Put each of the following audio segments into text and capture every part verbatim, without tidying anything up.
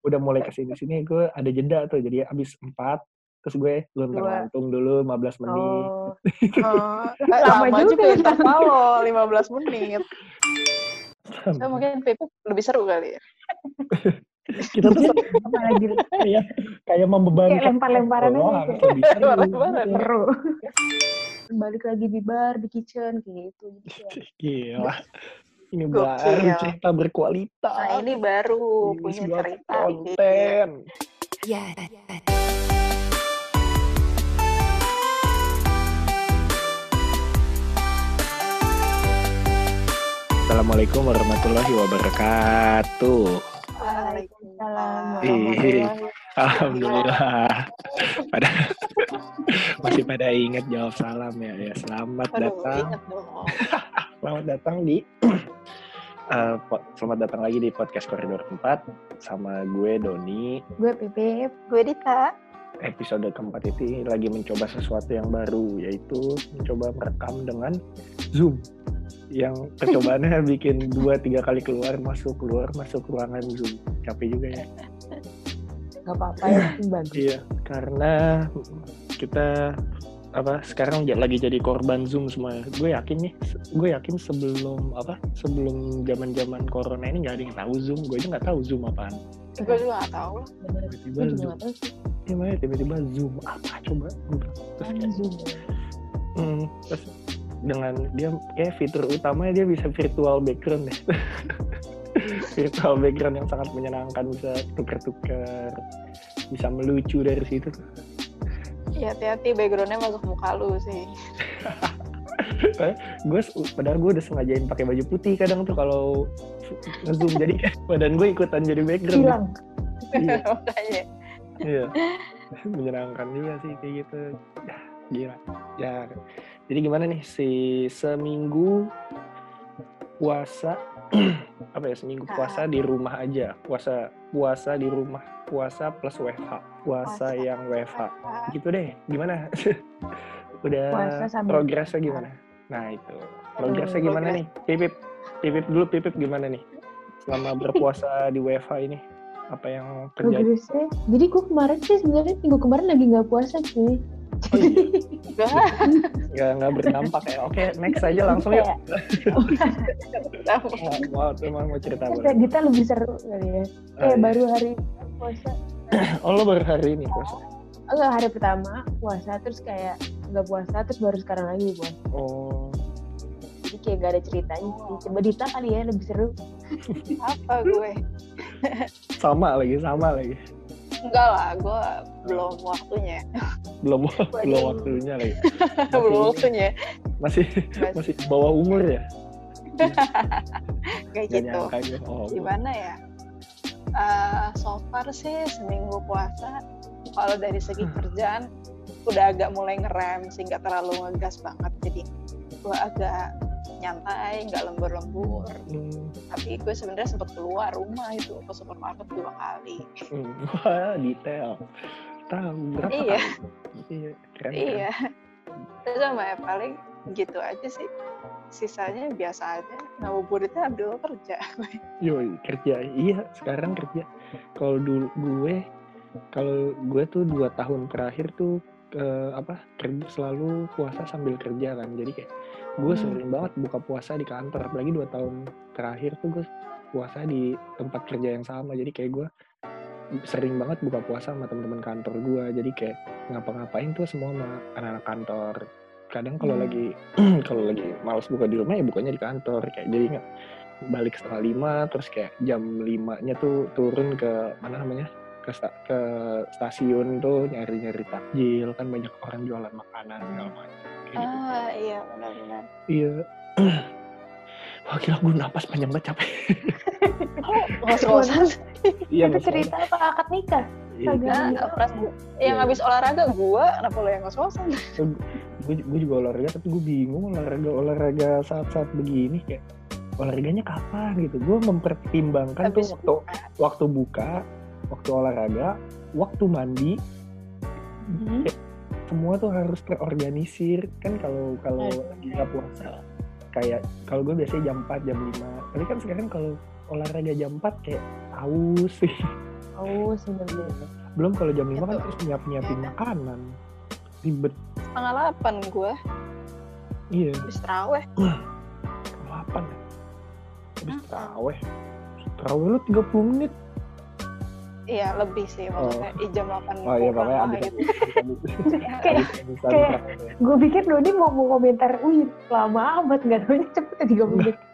udah mulai kesini-sini gue ada jeda tuh, jadi abis empat terus gue lontar lantung dulu lima belas menit. Oh, oh. lama, lama juga interval lo lima belas menit. So, mungkin P P lebih seru kali ya. Kita tuh sama lagi kayak kayak membebankan. Kayak lempar-lemparan oh, aja. Lebih seru. seru. Balik lagi di bar, di kitchen kayak gitu. Gila. Ini baru cerita berkualitas. Nah, ini baru ini punya cerita konten. Ya. Assalamualaikum warahmatullahi wabarakatuh. Waalaikumsalam. Alhamdulillah. Pada masih pada ingat jawab salam ya. Ya selamat Aduh, datang. Ingat dong. Selamat datang di uh, selamat datang lagi di podcast Koridor empat sama gue Doni, gue Pipip, gue Dita. Episode keempat ini lagi mencoba sesuatu yang baru, yaitu mencoba merekam dengan Zoom. Yang percobaannya bikin dua tiga kali keluar masuk keluar masuk ruangan Zoom, capek juga ya. Gak apa-apa ya, bagus. Iya, karena kita apa sekarang lagi jadi korban Zoom semua. Gue yakin nih, gue yakin sebelum apa sebelum zaman zaman corona ini nggak ada yang tahu Zoom. Gue aja nggak tahu Zoom apaan. Gue juga nggak tahu. Tiba-tiba Zoom. Gimana tiba-tiba Zoom apa coba? Terus kayak, Zoom. Hmm, terus dengan dia ya fitur utamanya dia bisa virtual background deh. Virtual background yang sangat menyenangkan, bisa tuker-tuker, bisa melucu dari situ. Iya, hati-hati backgroundnya masuk muka lu sih. Gue padahal gue udah sengajain pakai baju putih kadang tuh kalau nge-zoom, jadi badan gue ikutan jadi background. Hilang. Iya. Makanya. Iya. Menyenangkan juga sih kayak gitu. Gila. Ya. Jadi gimana nih si seminggu puasa apa ya seminggu puasa di rumah aja. Puasa puasa di rumah, puasa plus W F H. Puasa, puasa yang W F H. Gitu deh. Gimana? Udah progresnya gimana? Nah, itu. Progresnya hmm, gimana progress. nih? Pipip. Pipip dulu Pipip gimana nih? Selama berpuasa di W F H ini. Apa yang terjadi? Progresnya. Jadi gue kemarin sih sebenarnya minggu kemarin lagi enggak puasa cuy. Oh iya. Nggak nggak berdampak ya. Oke, next aja langsung ya. Mau mau mau cerita apa? Kita lebih seru kali ya. Eh oh, baru hari puasa. Oh lo baru hari ini puasa? Enggak, hari pertama puasa terus kayak nggak puasa terus baru sekarang lagi puasa. Oh. Jadi kayak gak ada ceritanya sih. Coba Dita kali ya lebih seru. Apa gue? Sama lagi sama lagi. Enggak lah, gue belum waktunya. Belum belum waktunya lagi. belum waktunya. Masih masih, masih bawah umur ya? Kayak gitu. Oh, gimana ya? Uh, so far sih seminggu puasa, kalau dari segi kerjaan udah agak mulai ngerem sih, nggak terlalu ngegas banget. Jadi gue agak nyantai, nggak lembur-lembur. Hmm. Tapi gue sebenarnya sempat keluar rumah itu ke supermarket dua kali. Hmm. Wah, detail. Tahu berapa iya. kali? Iya. Keren, iya. Terus sama ya paling gitu aja sih. Sisanya biasa aja. Ngabuburitnya ambil kerja. Yoi, kerja. Iya, sekarang kerja. Kalau dulu gue, kalau gue tuh dua tahun terakhir tuh ke apa kerja selalu puasa sambil kerja kan. Jadi kayak gue hmm. sering banget buka puasa di kantor, apalagi dua tahun terakhir tuh gue puasa di tempat kerja yang sama, jadi kayak gue sering banget buka puasa sama teman-teman kantor gue, jadi kayak ngapa-ngapain tuh semua sama anak-anak kantor. Kadang kalau hmm. lagi kalau lagi malas buka di rumah ya bukanya di kantor, kayak jadi nggak balik setengah lima, terus kayak jam limanya tuh turun ke mana namanya ke, sta- ke stasiun tuh nyari-nyari takjil, kan banyak orang jualan makanan segala macam. Ah gitu. Iya benar-benar. Iya. Wah gila gue napas panjang banget capek. Oh ngos-ngosan. Iya. Itu cerita apa akad nikah? Kagak. Yang habis olahraga gue, kenapa lo yang ngos-ngosan? Gue gue juga olahraga tapi gue bingung olahraga olahraga saat-saat begini kayak olahraganya kapan gitu. Gue mempertimbangkan habis tuh waktu buka. waktu buka, waktu olahraga, waktu mandi. Hmm. Kayak, semua tuh harus terorganisir kan. Kalau kalau lagi nggak puasa kayak kalau gue biasanya jam empat jam lima, tapi kan sekarang kalau olahraga jam empat kayak haus sih. Oh, bener-bener. Belum kalau jam lima kan Gitu. terus nyiap-nyiapin Iya. makanan. Ribet. Setengah delapan gue Iya, habis terawih. delapan ya. Habis Mm-mm. terawih. Terawih lu tiga puluh menit. Iya lebih sih maksudnya Oh. di jam delapan Oh iya, kurang makanya lah abis gitu. Kayak- kayak- Gue pikir Doni mau mau komentar, wih lama amat, nggak taunya cepet ya tiga puluh menit.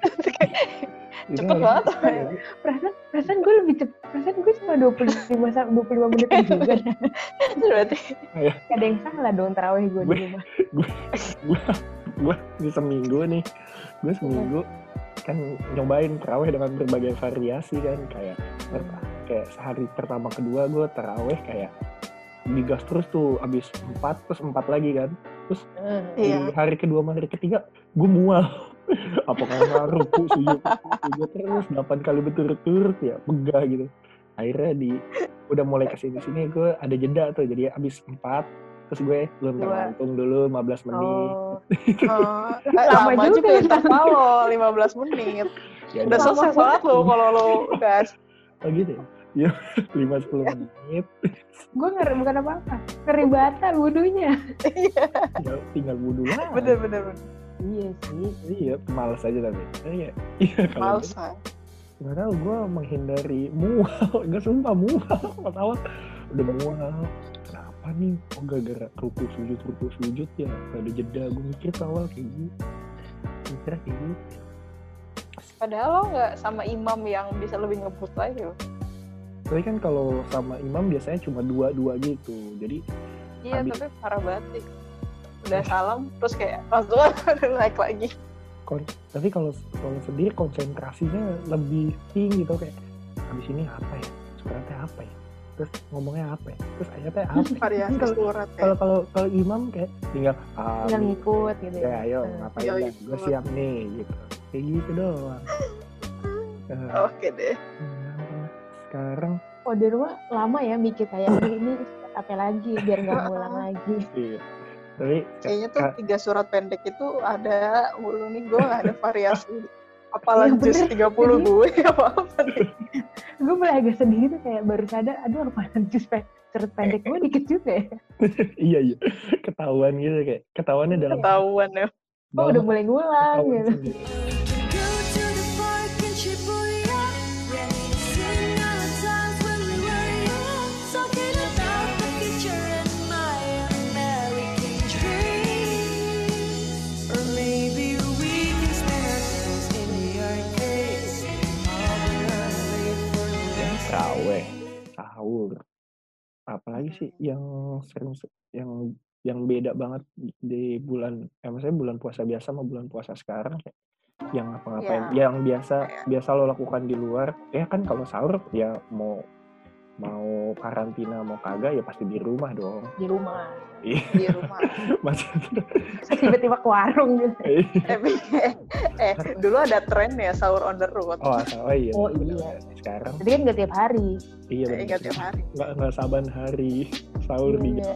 Cepet banget. Perasaan, perasaan gue lebih cepet, perasaan gue cuma dua puluh lima sampai dua puluh lima menit juga. Berarti Ada yang salah dong terawih gue di Gue- rumah. gue gue di seminggu nih gue seminggu kan nyobain terawih dengan berbagai variasi kan, kayak kayak sehari pertama kedua gue terawih kayak digas terus tuh abis empat terus empat lagi kan, terus Iya. di hari kedua sama hari ketiga gue mual apakah ngaruh ruku sujud sujud terus delapan kali berturut-turut ya begah gitu. Akhirnya di udah mulai kesini sini gue ada jeda tuh, jadi abis empat terus gue luntur Dua. lantung dulu lima belas menit. Oh, Oh, eh, Lama lama juga juga ya. interval lo lima belas menit. Ya, Udah udah. selesai sholat lo kalau lo gas. Oh gitu ya? Ya, lima sampai sepuluh menit, gue ngeri bukan apa-apa, ngeri batal wudhunya. tinggal, tinggal wudhu lah. Bener bener bener. Iya sih. Iya, males aja tapi. Eh, Iya, iya kalau Males lah. nggak tahu gue menghindari mual, nggak sumpah mual, pertama udah mual. Kenapa nih? Oh gara-gara ruku sujud ruku sujud ya, gak ada jeda. Gue mikir awal kayak gitu, mikirnya kayak gitu. Padahal lo nggak sama imam yang bisa lebih ngebut lagi lo. Tapi kan kalau sama imam biasanya cuma dua-dua gitu, jadi Iya Habis. tapi parah banget sih. Udah salam terus kayak langsung naik lagi. kon- tapi kalau kalau sendiri konsentrasinya lebih tinggi gitu, kayak habis ini apa ya, suratnya apa ya, terus ngomongnya apa ya, terus ayatnya apa ya? Variasi Kalau- surat ya. kalau kalau kalau imam kayak tinggal Tinggal amin, ngikut gitu ya ya. ayo Eh, ngapain Yo, dah, ikut. gue siap nih gitu, kayak gitu doang. Eh, Oke deh. nah, sekarang Oh di rumah lama ya mikir kayak "Aduh, ini apa lagi biar nggak ngulang lagi." iya, tapi Kayaknya tuh Kak- tiga surat pendek itu ada mulu nih, gue gak ada variasi. Apalagi Iya, jus bener. tiga puluh gue apa-apa nih. Gue mulai agak sedih gitu kayak baru sadar, aduh apaan jus pe- surat pendek gue dikit juga ya. iya iya ketahuan gitu, kayak ketahuannya dalam Ketahuan ya. Oh udah mulai ngulang ketahuan gitu. sendiri. Go to the park in Shibuya, sing all the times when we were young, talking about the future and my American dreams. Or maybe we can spend our days in the arcades, all early for Yang the terawih, sahur, apalagi sih yang sering yang yang beda banget di bulan, eh, maksudnya bulan puasa biasa sama bulan puasa sekarang, kayak yang apa-ngapain, Ya. yang biasa Kayak- biasa lo lakukan di luar, ya kan kalau sahur ya mau mau karantina mau kagak ya pasti di rumah dong. Di rumah. Iya, Di rumah. maksudnya. Terus tiba-tiba ke warung gitu. eh, eh, dulu ada tren ya sahur on the road. Oh, asal- oh iya. Oh, bener. iya. Sekarang Tapi kan nggak tiap hari. iya Eh, bener. Ingat tiap hari. Nggak nggak saban hari sahur di Iya.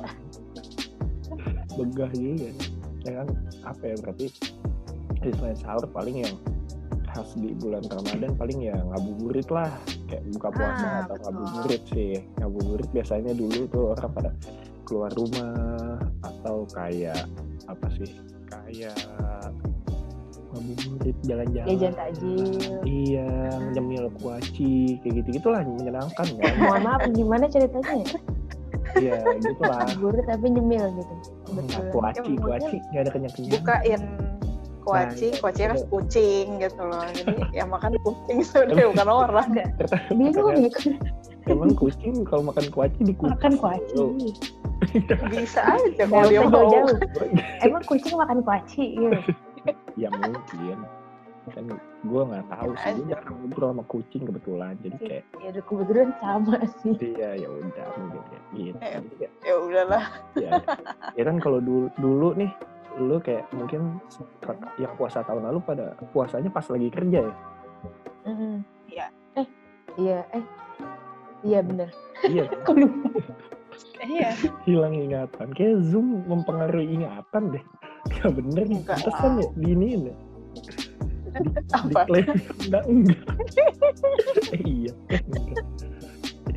begah juga ya kan, apa ya, berarti di selain sahur paling yang khas di bulan Ramadan paling ya ngabuburit lah, kayak buka puasa Ah, atau betul. ngabuburit sih. Ngabuburit biasanya dulu tuh orang pada keluar rumah atau kayak apa sih, kayak ngabuburit jalan-jalan, Jajan takjil. iya, nyemil kuaci kayak gitu gitulah, menyenangkan kan. Mohon maaf gimana ceritanya ya? Iya gitulah. Gurih tapi nyemil gitu. Nah, Betul. kuaci Ya, kuaci nggak ada kenyang-kenyang. Bukain kuaci, Nah, kuaci kan itu. kucing gitu loh. Jadi yang makan kucing sebenarnya bukan orang. Bingung ya. Emang kucing kalau makan kuaci di kuping. Makan kuaci. Bisa aja Nggak kalau dia usah mau. jauh-jauh. Emang kucing makan kuaci gitu. Ya mungkin. Kan gue nggak tahu sih, gue jarang ngobrol sama kucing kebetulan, jadi kayak Ya udah kebetulan sama sih. iya ya udah mungkin kayak gitu. Eh. Jadi kayak, Ya udahlah. ya, ya kan kalau dulu dulu nih lu kayak mungkin yang puasa tahun lalu pada puasanya pas lagi kerja ya. Mm-mm. Iya. Eh, iya, eh, iya bener. Iya, Kok lupa? Iya. hilang ingatan. Kayak Zoom mempengaruhi ingatan deh. Gak bener nih, Enggak pantesan ya diiniin ya. Di, Apa? diklaim enggak enggak. eh iya, eh, enggak. Jadi iya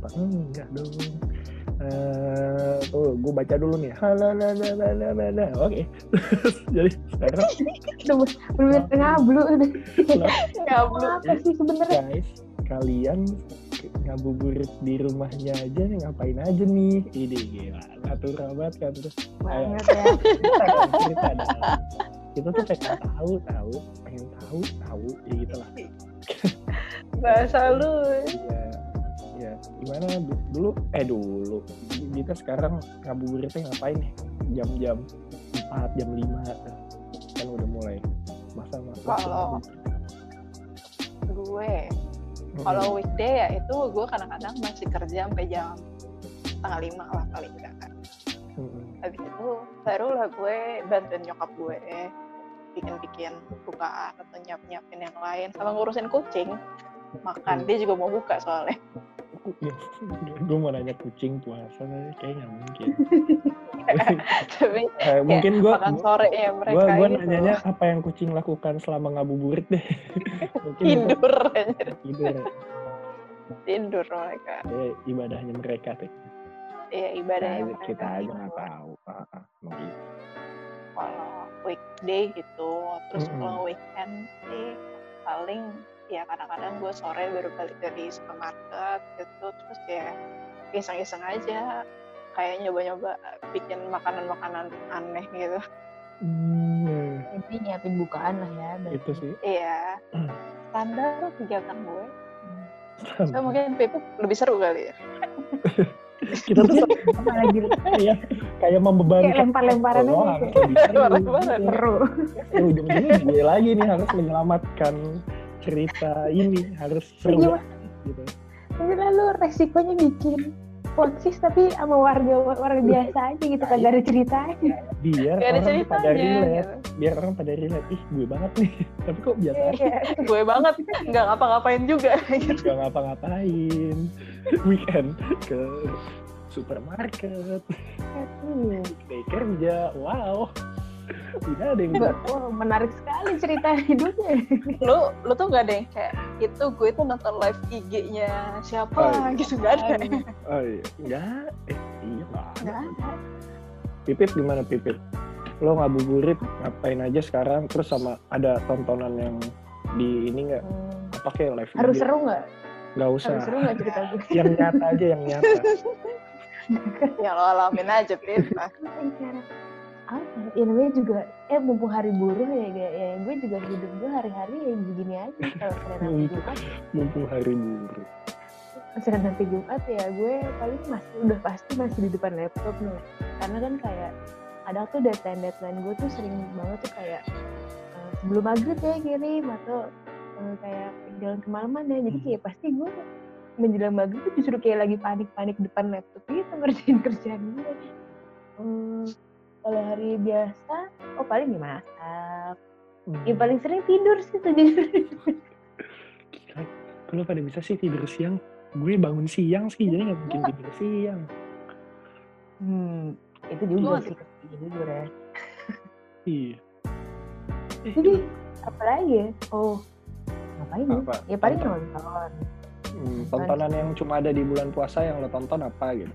apa? Enggak dong. Uh, tuh, gue baca dulu nih. Halalalalalala. Oke. Jadi sekarang Udah bener-bener ngablu udah. Ngablu. Apa sih sebenarnya? guys, kalian ngabuburit di rumahnya aja ngapain aja nih? Ini gila, natural banget kan terus. Banget ya. Cerita dong. Kita tuh pengen tahu, tahu, pengen tahu, tahu, ya gitu lah. Bahasa lu. Iya, ya. Gimana du- dulu? Eh dulu. Kita sekarang ngabuburitnya ngapain nih? Jam-jam empat, jam lima kan udah mulai masa-masa. Kalau gue, kalau weekday ya itu gue kadang-kadang masih kerja sampai jam setengah lima lah paling enggak kan. Habis itu barulah gue bantuin nyokap gue bikin-bikin bukaan atau nyiap-nyiapin yang lain sama ngurusin kucing makan. Dia juga mau buka soalnya. Gue mau nanya kucing puasa kayaknya nggak mungkin. Tapi eh, mungkin gue makan sore ya mereka gue gue gitu. nanyanya apa yang kucing lakukan selama ngabuburit deh. Mungkin Tidur itu- aja. tidur Tidur mereka. ya, ibadahnya mereka tuh. Iya ibadahnya Nah, mereka. kita aja gitu. nggak tahu. Ah, ah, begitu. Kalau weekday gitu, terus Mm-mm. kalau weekend sih paling ya kadang-kadang gue sore baru balik dari supermarket gitu, terus ya iseng-iseng aja kayak nyoba-nyoba bikin makanan-makanan aneh gitu. Hmm, Ini nyiapin bukaan lah ya. berarti. itu sih. Iya, standar kegiatan gue. So mungkin Pipip lebih seru kali ya. Kita tuh Apa lagi kayak kayak membebankan. kayak lempar-lemparan Oh, aja. harus lebih seru. Lempar-lemparan. Seru. Ya, ujung-ujungnya gue lagi nih harus menyelamatkan cerita ini, harus seru Iya. gitu. Tapi lalu resikonya bikin podcast tapi sama warga warga biasa aja gitu kagak ada ceritanya. Biar Gak ada orang pada ceritanya. relate, Gitu. biar orang pada relate. Ih, gue banget nih. Tapi kok biasa aja, Iya. Gue banget nggak ngapa-ngapain juga. Gitu. gak ngapa-ngapain. Weekend ke supermarket, Iya. day kerja, wow. Tidak ada yang Wah, menarik sekali cerita hidupnya. Lu lu tuh nggak ada yang kayak itu gue tuh nonton live I G-nya siapa Oh, iya. gitu nggak ada. oh iya, enggak, eh iya nggak ada. Nggak ada. Pipit gimana Pipit? Lo ngabuburit ngapain aja sekarang? Terus sama ada tontonan yang di ini nggak? Hmm. Apa kayak live Harus video? seru nggak? Nggak usah. Harus seru nggak cerita gue? Yang nyata aja, yang nyata. Ya lo alamin aja Pip. Apa ya namanya juga eh mumpung hari buruh ya kayak ya gue juga hidup gue hari-hari ya begini aja kalau Senin sampai Jumat Mumpung hari buruh. Senin sampai Jumat ya gue paling masih udah pasti masih di depan laptop nih karena kan kayak kadang tuh deadline deadline gue tuh sering banget tuh kayak uh, sebelum maghrib ya kirim atau uh, kayak jalan kemalaman ya jadi kayak pasti gue menjelang maghrib tuh justru kayak lagi panik-panik depan laptop gitu ngerjain kerjaan gue. Hmm, kalau hari biasa, oh paling ya masak. Hmm. Ya paling sering tidur sih tuh jujur. Gila, kalau pada bisa sih tidur siang, gue bangun siang sih, jadi nggak mungkin tidur siang. Hmm, itu juga Gua- sih jujur ya. Iya. Eh, Jadi apa lagi ya? Oh, ngapain ya? Apa? Ya paling Tonton. nonton. hmm, tontonan yang cuma ada di bulan puasa yang lo tonton apa gitu?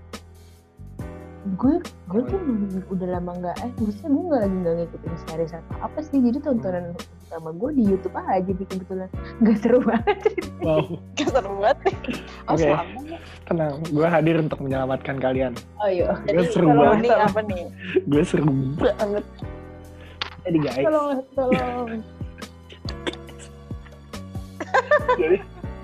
Gue gue tuh udah lama nggak eh maksudnya gue nggak lagi nggak ngikutin series atau apa sih jadi tontonan utama gue di YouTube aja gitu kebetulan nggak seru banget. Wow, Gak seru banget. Oh Oke. sama. tenang, gue hadir untuk menyelamatkan kalian. Oh iya. Gue seru Kalau banget, ini apa nih? gue seru banget. Jadi guys, Tolong tolong. jadi,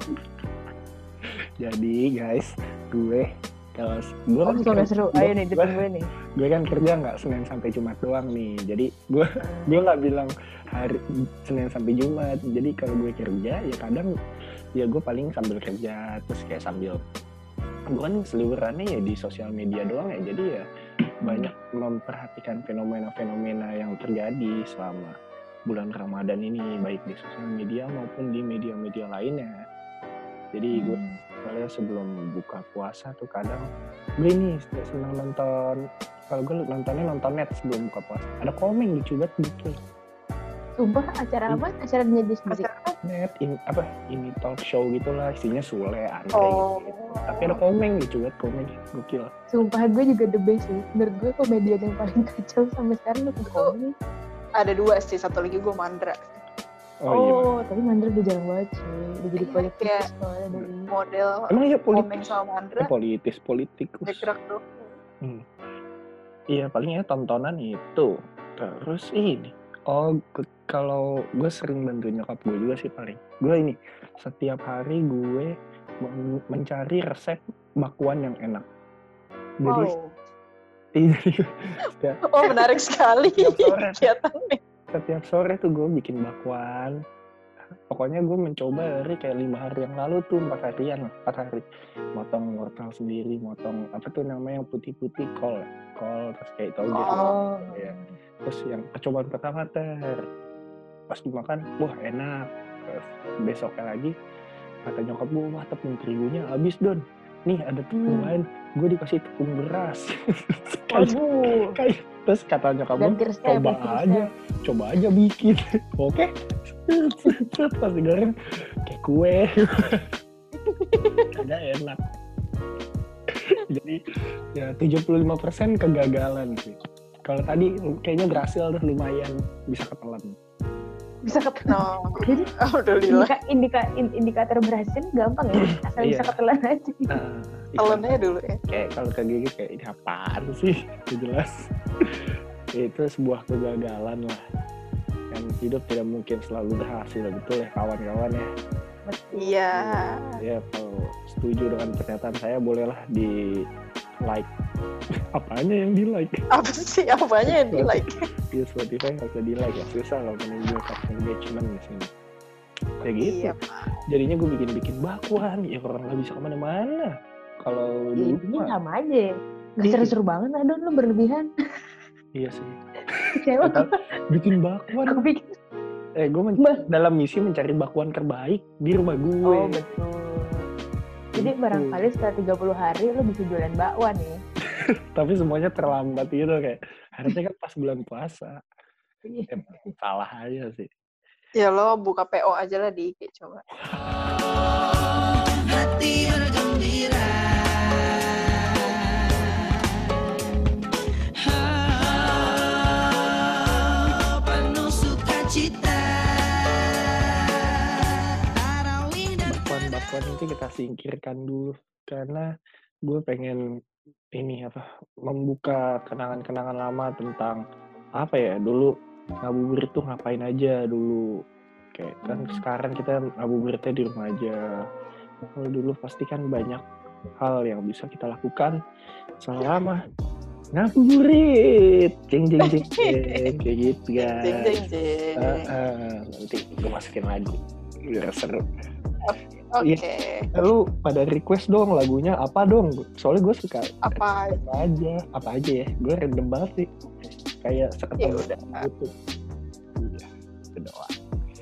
jadi guys, gue kalau gue Oh, kan itu nggak seru. Ayo nih gue, depan gue nih. gue kan kerja nggak Senin sampai Jumat doang nih, jadi gue gue nggak bilang hari Senin sampai Jumat. Jadi kalau gue kerja ya kadang ya gue paling sambil kerja terus kayak sambil gue kan seliwerannya ya di sosial media doang ya, jadi ya banyak memperhatikan fenomena-fenomena yang terjadi selama bulan Ramadan ini baik di sosial media maupun di media-media lainnya. Jadi gue soalnya sebelum buka puasa tuh kadang gue ini senang nonton, kalau gue nontonnya nonton net sebelum buka puasa. Ada komen lucu banget gitu. Sumpah acara apa? Acara dia sendiri. Acara apa? net in, apa ini talk show gitulah, isinya Sule, Andre Oh. gitu. Tapi ada Komeng lucu banget, Komeng gokil. Sumpah gue juga the best sih. Menurut gue komedian yang paling kacau sampai sekarang itu Komeng. Ada dua sih, satu lagi gue Mandra. Oh, iya. Oh, tapi Mandra udah jarang banget sih. Udah jadi Iya, politikus kayak- soalnya dari Model Emang iya politik, Komeng sama Mandra, eh, politis politik. gerak tuh. Iya palingnya tontonan itu. Terus ini. Oh ke- kalau gue sering bantuin nyokap gue juga sih paling. Gue ini setiap hari gue men- mencari resep bakwan yang enak. Jadi Wow. jadi setiap, Oh, menarik sekali. Setiap sore. Kegiatannya. setiap sore tuh gue bikin bakwan. Pokoknya gue mencoba dari kayak lima hari yang lalu tuh, empat harian lah, empat hari. Motong wortel sendiri, motong apa tuh namanya yang putih-putih, kol, kol terus kayak itu aja. Oh. Ya. Terus yang percobaan pertama ter, pas dimakan, wah enak. Terus besoknya lagi kata nyokap gue, wah tepung terigunya habis Don. Nih ada tepung Hmm. lain, gue dikasih tepung beras. kayak, Waduh. kayak, terus kata nyokap gue, Ganti resep, coba ganti aja, resep. coba aja bikin. Oke, pas digoreng kayak kue, agak enak. Jadi ya tujuh puluh lima persen kegagalan sih. Kalau tadi kayaknya berhasil tuh, lumayan bisa ketelan. Bisa ketelan. No. Jadi Alhamdulillah. indika, indika, in- indikator berhasil gampang ya. Asal bisa Iya. ketelan aja. Nah, Telennya dulu ya. kayak kalau kayak gini kayak ini apaan sih? Itu jelas. Itu sebuah kegagalan lah. Kan hidup tidak mungkin selalu berhasil, betul ya kawan-kawan ya. Iya. Ya kalau setuju dengan pernyataan saya bolehlah di like. Apanya yang di like? Apa sih? Apanya yang di like? Di Spotify nggak bisa di like ya, susah loh menunjukkan engagement di sini. Kayak gitu. Iya, Pak. Jadinya gue bikin-bikin bakwan, ya orang nggak bisa kemana-mana. Kalau dulu Ini mah, sama aja. Gak Iya. seru-seru banget lah Don, lu berlebihan. iya sih. Kecewa. Atau bikin bakwan. Aku pikir. Eh, gue men- Bah. dalam misi mencari bakwan terbaik di rumah gue. Oh betul. Jadi Gitu. barangkali setelah tiga puluh hari lu bisa jualan bakwan nih. Tapi semuanya terlambat gitu kayak. Harusnya kan pas bulan puasa. Iya. Emang salah aja sih. Ya lo buka P O aja lah di I G coba. Hati bergembira, ah, penuh sukacita. Tarawih dan Bakwan-bakwan itu kita singkirkan dulu. Karena gue pengen ini apa membuka kenangan-kenangan lama tentang apa ya dulu ngabuburit tuh ngapain aja dulu. Kayak kan sekarang kita ngabuburitnya di rumah aja. Kalau dulu pasti kan banyak hal yang bisa kita lakukan selama ngabuburit. Jeng jeng jeng jeng kayak gitu Jeng jeng guys. jeng. Ah, ah, nanti gue masukin lagu biar seru. Oke. Eh, lu pada request dong lagunya apa dong? Soalnya gue suka Apa? apa aja, apa aja ya. Gue random banget sih. Kayak Ya seketemu udah. YouTube. Iya, itu doang.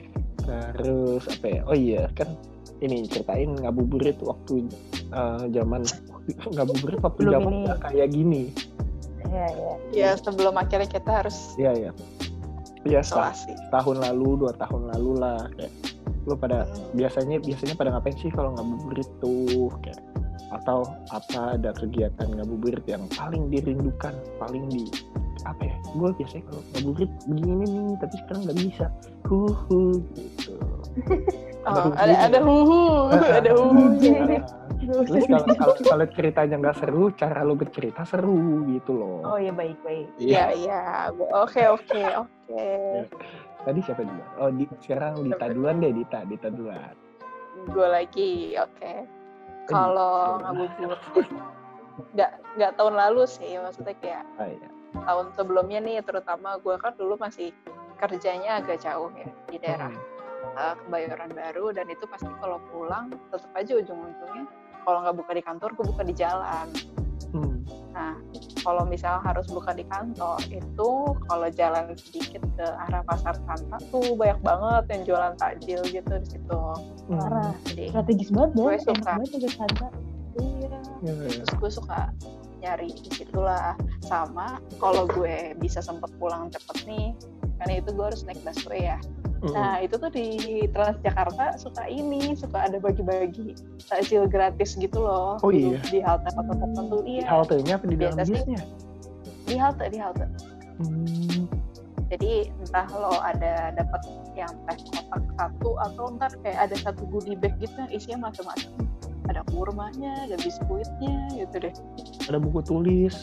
Terus apa ya? Oh iya kan ini ceritain ngabuburit waktu eh, zaman ngabuburit waktu Belum zaman ini. nggak kayak gini. Iya, iya. Ya sebelum akhirnya kita harus Iya iya. Iya setahun, isolasi. tahun lalu, dua tahun lalu lah kayak lu pada biasanya biasanya pada ngapain sih kalau ngabuburit tuh kayak atau apa ada kegiatan ngabuburit yang paling dirindukan paling di apa ya gue biasanya kalau ngabuburit begini nih tapi sekarang nggak bisa huhu gitu. Oh, ada ada huhu, ada huhunya. Nah, terus kalau kalau kalau ceritanya nggak seru cara lu bercerita seru gitu loh. Oh iya baik baik. Iya iya. Oke oke oke. Tadi siapa duluan? Oh di, sekarang Dita duluan deh Dita Dita duluan. Gue lagi. Oke. Kalau ngabuburit nggak nggak tahun lalu sih, maksudnya kayak Oh, iya. tahun sebelumnya nih, terutama gue kan dulu masih kerjanya agak jauh ya di daerah uh, Kebayoran Baru, dan itu pasti kalau pulang tetap aja ujung-ujungnya kalau nggak buka di kantor gue buka di jalan. Hmm. Nah kalau misal harus buka di kantor itu kalau jalan sedikit ke arah Pasar Santa tuh banyak banget yang jualan takjil gitu di situ. Parah. Jadi Strategis banget Gue deh. Enak suka. banget juga Santa. iya. Iya, iya. Terus gue suka nyari di situlah. Sama kalau gue bisa sempet pulang cepet nih, karena itu gue harus naik busway ya. Mm-mm. Nah itu tuh di Transjakarta suka ini, suka ada bagi-bagi takjil gratis gitu loh. Oh di- iya? Di halte-halte tertentu. Di Iya. haltenya apa di dalam Biasa sih. bisnya? Di halte, di halte. Hmm. Jadi entah lo ada dapat yang teh kotak satu atau ntar kayak ada satu goodie bag gitu yang isinya macam-macam. Ada kurmanya, ada biskuitnya gitu deh. Ada buku tulis?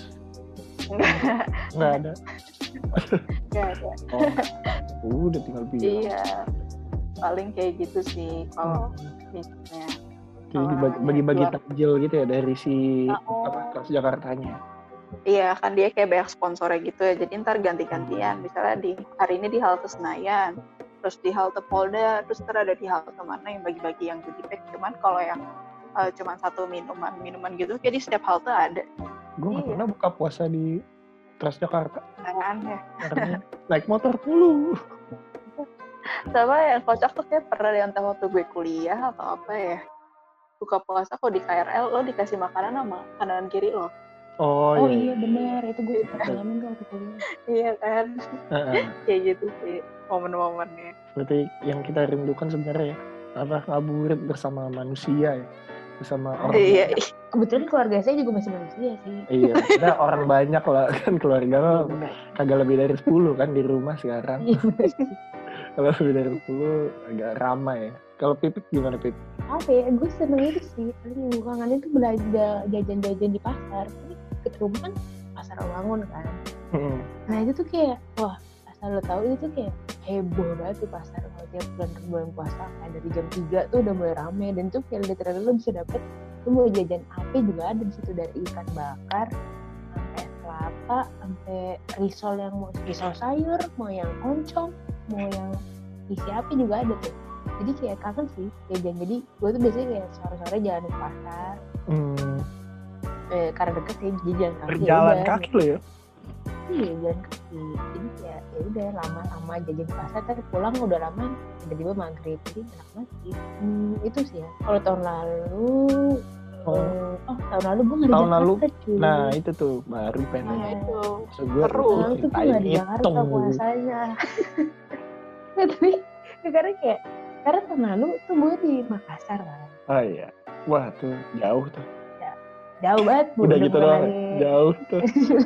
Nggak ada. Nggak ada. Oh, udah tinggal pilih. Iya. Paling kayak gitu sih kalau bisnisnya. Jadi Kalau dibagi- bagi-bagi jual- takjil gitu ya dari si Oh. apa Transjakartanya. Iya kan dia kayak banyak sponsornya gitu ya. Jadi ntar ganti-gantian. Misalnya di hari ini di halte Senayan, terus di halte Polda, terus ntar ada di halte mana yang bagi-bagi yang goodie bag. Cuman kalau yang uh, cuman satu minuman minuman gitu, kayak di setiap halte ada. Gue nggak Iya. pernah buka puasa di Transjakarta Kan ya. karena naik motor mulu. Sama yang kocak tuh kayak pernah yang entah waktu gue kuliah atau apa ya. Buka puasa kok di K R L lo dikasih makanan sama kanan kiri lo. Oh, Oh iya. iya benar, itu gue pernah ngalamin tuh waktu kuliah. Iya kan. Heeh. Kayak gitu sih momen-momennya. Berarti yang kita rindukan sebenarnya ya, apa ngabuburit bersama manusia ya, bersama orang. Iya. Kebetulan keluarga saya juga masih manusia sih. Iya, kita orang banyak lah kan keluarga mah kagak lebih dari sepuluh kan di rumah sekarang. Iya benar sih. Kalau lebih dari sepuluh agak ramai ya. Kalau Pipik gimana Pip? Apa ya, gue seneng itu sih. Paling yang gue kangenin tuh belanja jajan-jajan di pasar. Ini deket rumah kan pasar Wangun kan. Heeh. Nah itu tuh kayak, wah asal lo tahu itu tuh kayak heboh banget tuh pasar. Kalau tiap bulan bulan puasa kayak dari jam tiga tuh udah mulai rame. Dan tuh kayak literally lo bisa dapet, lo mau jajan apa juga ada di situ, dari ikan bakar sampai kelapa, sampai risol yang mau risol sayur, mau yang oncom, mau yang isi api juga ada tuh. Jadi kayak kangen sih jajan. Jadi gue tuh biasanya kayak sore-sore jalan ke pasar. Hmm, Eh, karena deket sih, jadi jalan kaki. berjalan ya udah. kaki lo ya. Iya jalan kaki. Jadi kayak ya udah lama-lama jajan di pasar, tapi pulang udah lama tiba-tiba maghrib. Jadi enak banget sih. Hmm, itu sih ya. Kalau tahun lalu, Oh. eh, oh tahun lalu gue nggak di Tahun lalu? Jakarta cuy. Nah itu tuh baru pengen. Nah itu. Maksud gue seru. tahun lalu tuh gue nggak di Jakarta itu. puasanya. Nah, tapi ya karena kayak karena tahun lalu tuh gue di Makassar kan. Oh iya. Wah tuh jauh tuh. Jauh banget. Bu, Udah gitu bukan doang. lagi- Jauh tuh.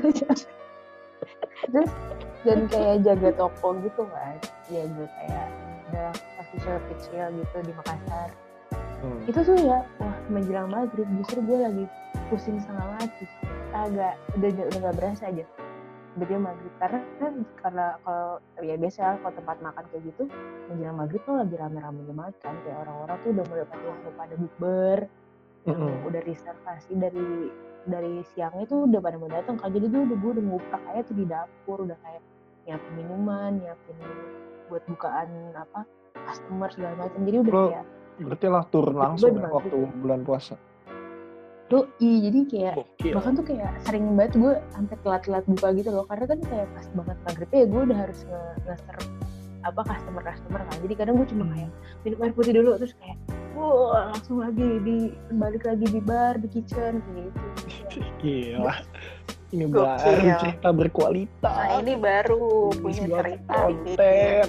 Terus dan kayak jaga toko gitu kan, jaga kayak ada coffee shop kecil gitu di Makassar. Hmm. Itu tuh ya, wah menjelang maghrib justru gue lagi pusing setengah mati, agak udah udah nggak berasa aja tiba-tiba maghrib. Karena kan karena kalau ya biasa kalau tempat makan kayak gitu menjelang maghrib tuh lagi rame-rame banget kan, kayak orang-orang tuh udah mulai pada udah pada bukber, yang Mm-mm. udah reservasi dari dari siangnya tuh udah pada mau datang kan. Jadi tuh udah gue udah nguprak aja tuh di dapur, udah kayak nyiapin minuman, nyiapin buat bukaan apa customer segala macam. Jadi udah Lo- kayak Berarti lah turun Tiba-tiba langsung ya di maghrib. waktu bulan puasa. tuh i jadi kayak Gokil. bahkan tuh kayak sering banget gue sampai telat-telat buka gitu loh, karena kan kayak pas banget maghribnya ya gue udah harus nge- nge-serve apa customer customer kan. Jadi kadang gue cuma kayak minum air putih dulu, terus kayak wah langsung lagi di balik lagi di bar, di kitchen kayak gitu. Gila. Ini Gokil. baru cerita berkualitas. Nah ini baru punya Sebuah cerita ini. konten.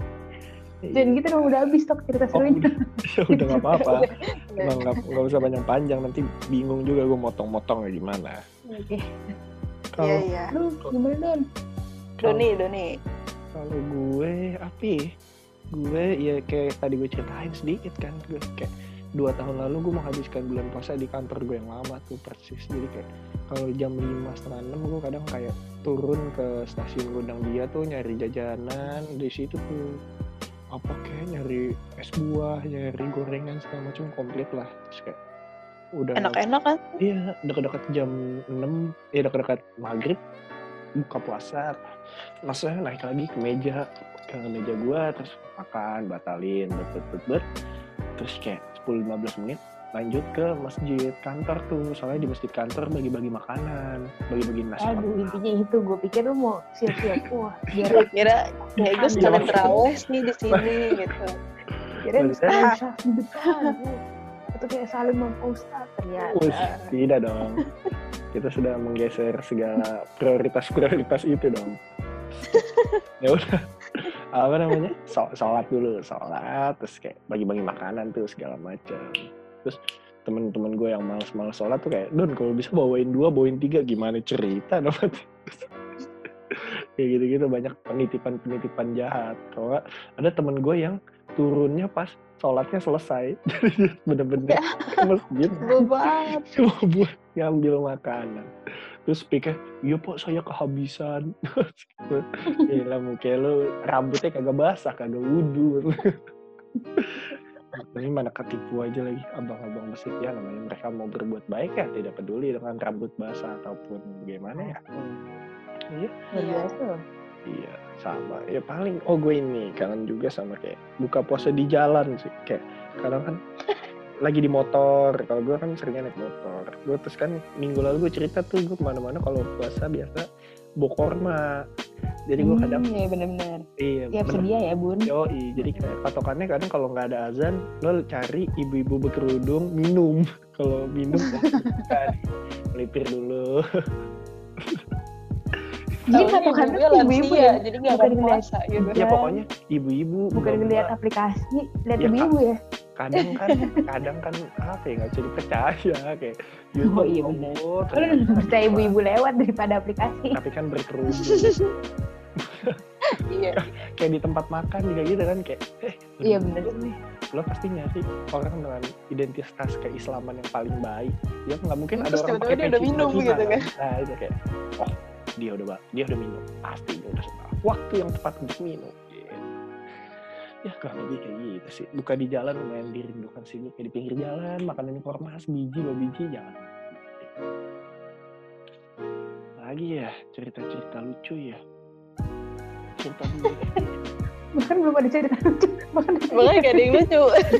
Dan gitu dong udah habis stok cerita Oh, serunya. ya udah nggak apa-apa. Emang nggak nggak usah panjang-panjang, nanti bingung juga gue motong-motongnya gimana. Oke. Iya Kalau iya. Lu gimana Don? Doni Doni. kalau gue api, gue ya kayak tadi gue ceritain sedikit kan, gue kayak dua tahun lalu gue menghabiskan bulan puasa di kantor gue yang lama tuh persis. Jadi kayak kalau jam lima setengah enam gue kadang kayak turun ke stasiun Gondang Dia tuh nyari jajanan di situ tuh, apa kayak nyari es buah, nyari gorengan segala macam komplit lah. Terus kayak udah Enak-enak kan? iya dekat-dekat jam enam, ya dekat-dekat maghrib buka puasa, maksudnya naik lagi ke meja ke meja gua, terus makan, batalin, bet bet bet bet, terus kayak sepuluh sampai lima belas menit lanjut ke masjid kantor tuh, soalnya di masjid kantor bagi-bagi makanan, bagi-bagi nasi. Aduh kotak. intinya itu gue pikir lu mau siap-siap wah biar Gue kira ya gue sekalian Iya. terawih nih di sini gitu. kira Maksudnya- bisa syaf di depan. Itu kayak saling Ustaz ternyata. Wih, tidak dong. Kita sudah menggeser segala prioritas-prioritas itu dong. Ya udah. apa namanya so- sholat dulu sholat terus kayak bagi-bagi makanan tuh segala macam. Terus temen-temen gue yang malas-malas sholat tuh kayak, Don kalau bisa bawain dua bawain tiga gimana cerita dapat. Kayak gitu-gitu banyak penitipan-penitipan jahat. Kalau nggak, ada temen gue yang turunnya pas sholatnya selesai. Jadi bener-bener ke masjid Sebel banget. cuma buat ngambil makanan. Terus pikir, iya Pak saya kehabisan. Gila muka lu rambutnya kagak basah, kagak wudhu. Tapi mana ketipu aja lagi abang-abang masjid ya, namanya mereka mau berbuat baik ya, tidak peduli dengan rambut basah ataupun gimana ya. Iya. Luar Iya. biasa loh. Iya, sama. Ya paling, oh gue ini kangen juga sama kayak buka puasa di jalan sih. Kayak kadang kan lagi di motor, kalau gue kan seringnya naik motor. Gue terus kan minggu lalu gue cerita tuh gue kemana-mana kalau puasa biasa bokorma. Jadi gue kadang, Hmm, iya benar-benar. iya Tiap bener. sedia ya bun. Yoi, jadi kayak patokannya kadang kalau nggak ada azan, lo cari ibu-ibu berkerudung minum. Kalau minum cari melipir dulu. Jadi Tahunya patokannya ibu-ibu tuh ibu-ibu lansia, ya. jadi nggak Bukan akan ngeliat, puasa gitu. Ya pokoknya ibu-ibu. bukan mbak-mbak. ngeliat aplikasi, lihat Ya, ibu-ibu ya. Kadang kan, kadang kan apa ya nggak bisa dipercaya kayak. Oh iya benar. oh, Lu ternyata lebih percaya ibu-ibu lewat daripada aplikasi. tapi kan berkerudung. Iya. Kayak di tempat makan juga gitu kan kayak eh Iya benar. lo pasti nyari orang dengan identitas keislaman yang paling baik. Ya nggak mungkin ada Terus orang tiba-tiba dia udah peci minum tiba-tiba gitu kan. Nah itu kayak oh dia udah ba- dia udah minum pasti dia udah sebar. Waktu yang tepat untuk minum. Gitu. Ya kurang lebih kayak gitu sih. Buka di jalan lumayan dirindukan sih, kayak di pinggir jalan makan informasi biji dua biji jangan. Lagi ya cerita-cerita lucu ya. Cerita dulu. Bahkan belum ada cerita lucu. Bahkan Makanya gak ada yang lucu.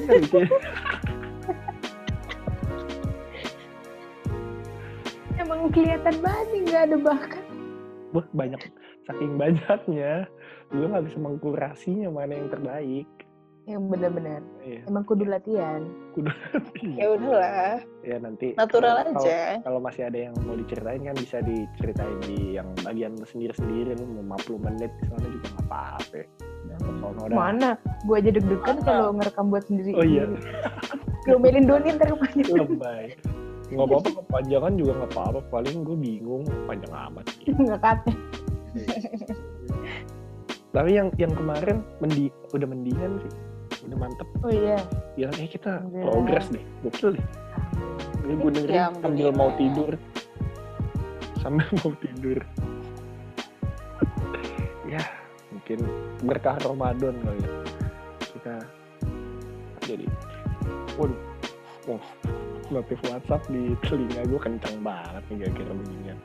emang kelihatan banget nih nggak ada bahkan. Wah banyak, saking banyaknya gue nggak bisa mengkurasinya mana yang terbaik. Yang benar-benar. Iya, Emang kudu latihan. kudu. Ya udahlah, Ya nanti natural kalau- aja. Kalau masih ada yang mau diceritain kan bisa diceritain di yang bagian sendiri-sendiri lu mau lima puluh menit di sana juga nggak apa-apa. Nah, sono dah. Mana? Gue aja deg-degan Mana? kalau ngerekam buat sendiri. Oh iya, Ngomelin Doni ntar kemana? lebay. Nggak apa-apa, kepanjangan juga nggak apa-apa. Paling gue bingung panjang amat. Nggak kate. Tapi yang yang kemarin mendi udah mendingan sih, udah mantep. Oh iya. Ya eh kita Alhamdulillah. progres deh, gokil deh. Ini gue dengerin Ya, sambil mau alhamdulillah. tidur, sambil mau tidur. Ya mungkin berkah Ramadan kali ya. Kita jadi, waduh, oh, notif WhatsApp di telinga gue kencang banget nih gara-gara beginian.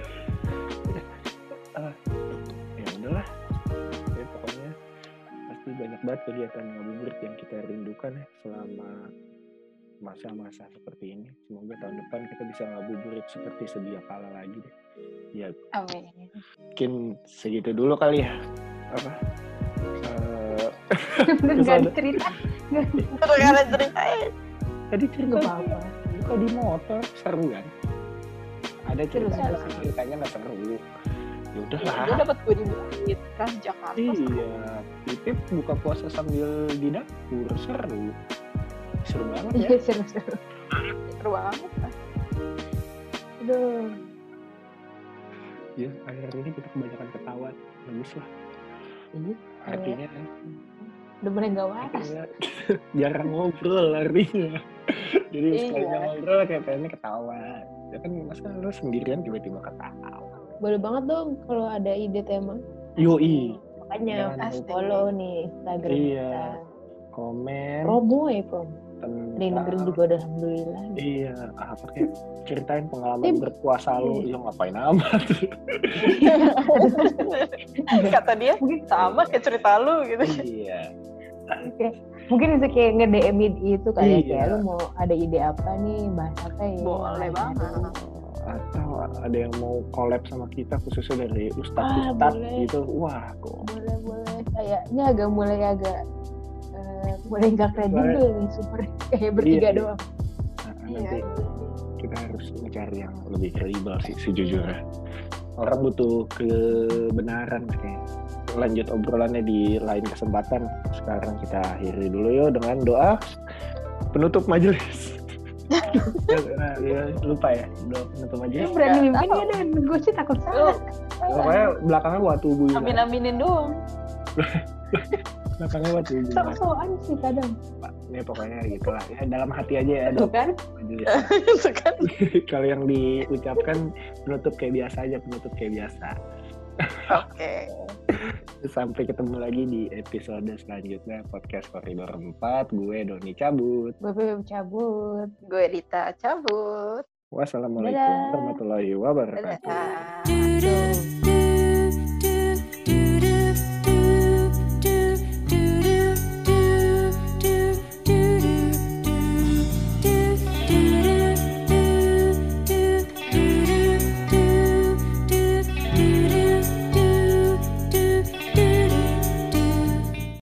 Uh, ya udahlah, ya pokoknya pasti banyak banget kegiatan ngabuburit yang kita rindukan ya selama masa-masa seperti ini. Semoga tahun depan kita bisa ngabuburit seperti sedia kala lagi deh. Ya Amin. mungkin segitu dulu kali ya. Apa? Uh, Bener Terus nggak ada ada- cerita. Terus kalian ceritain. tadi cerita Nggak apa-apa. Buka di motor seru kan? Ada cerita Seru, sih, ceritanya nggak seru. Ya udahlah. Dia dapat dua ribu duit kan Jakarta. Iya, Pipip buka puasa sambil di dapur seru. Seru banget ya. Iya seru-seru. Seru banget. Aduh. Ya, akhir ini kita kebanyakan ketawa. Bagus lah. Ini Artinya udah mulai nggak waras. ya, jarang ngobrol artinya. Jadi Iya. sekalinya ngobrol kayak pengennya ketawa. Ya kan masa lu sendirian tiba-tiba ketawa. Boleh banget dong kalau ada ide tema. Yoi. Makanya Jangan lupa. follow nih Instagram Iya. kita. Komen Promo ya prom. tentang Dari negeri juga udah alhamdulillah. iya, apa kayak ceritain pengalaman Eh, berpuasa lu, iya. ya ngapain amat. Kata dia Mungkin sama kayak cerita lu gitu. Iya. mungkin bisa kayak nge-D M-in itu kayak Iya. kayak lu mau ada ide apa nih bahas apa ya? Boleh banget. Atau ada yang mau collab sama kita khususnya dari Ah, ustadz-ustadz boleh. gitu. Wah, kok. Boleh boleh kayaknya agak mulai agak eh, mulai nggak kredibel nih super kayak bertiga Iya. doang. Nah, Iya. nanti kita harus mencari yang lebih kredibel sih sejujurnya. Orang butuh kebenaran kayak lanjut obrolannya di lain kesempatan. Sekarang kita akhiri dulu yuk dengan doa penutup majelis. ya, ya, lupa ya doa penutup majelis. Berani mimpin ya dan gue sih takut salah. Pokoknya belakangnya waktu bu. Amin-aminin doang. Belakangnya waktu bu. Sok-sokan sih kadang. Ya pokoknya gitulah ya dalam hati aja ya Tuh kan? Kalau yang diucapkan penutup kayak biasa aja, penutup kayak biasa. Oke. Sampai ketemu lagi di episode selanjutnya podcast Koridor empat. Gue Doni cabut. Gue Bebe cabut. Gue Dita cabut. Wassalamualaikum Dadah. warahmatullahi wabarakatuh. Dadah. Do do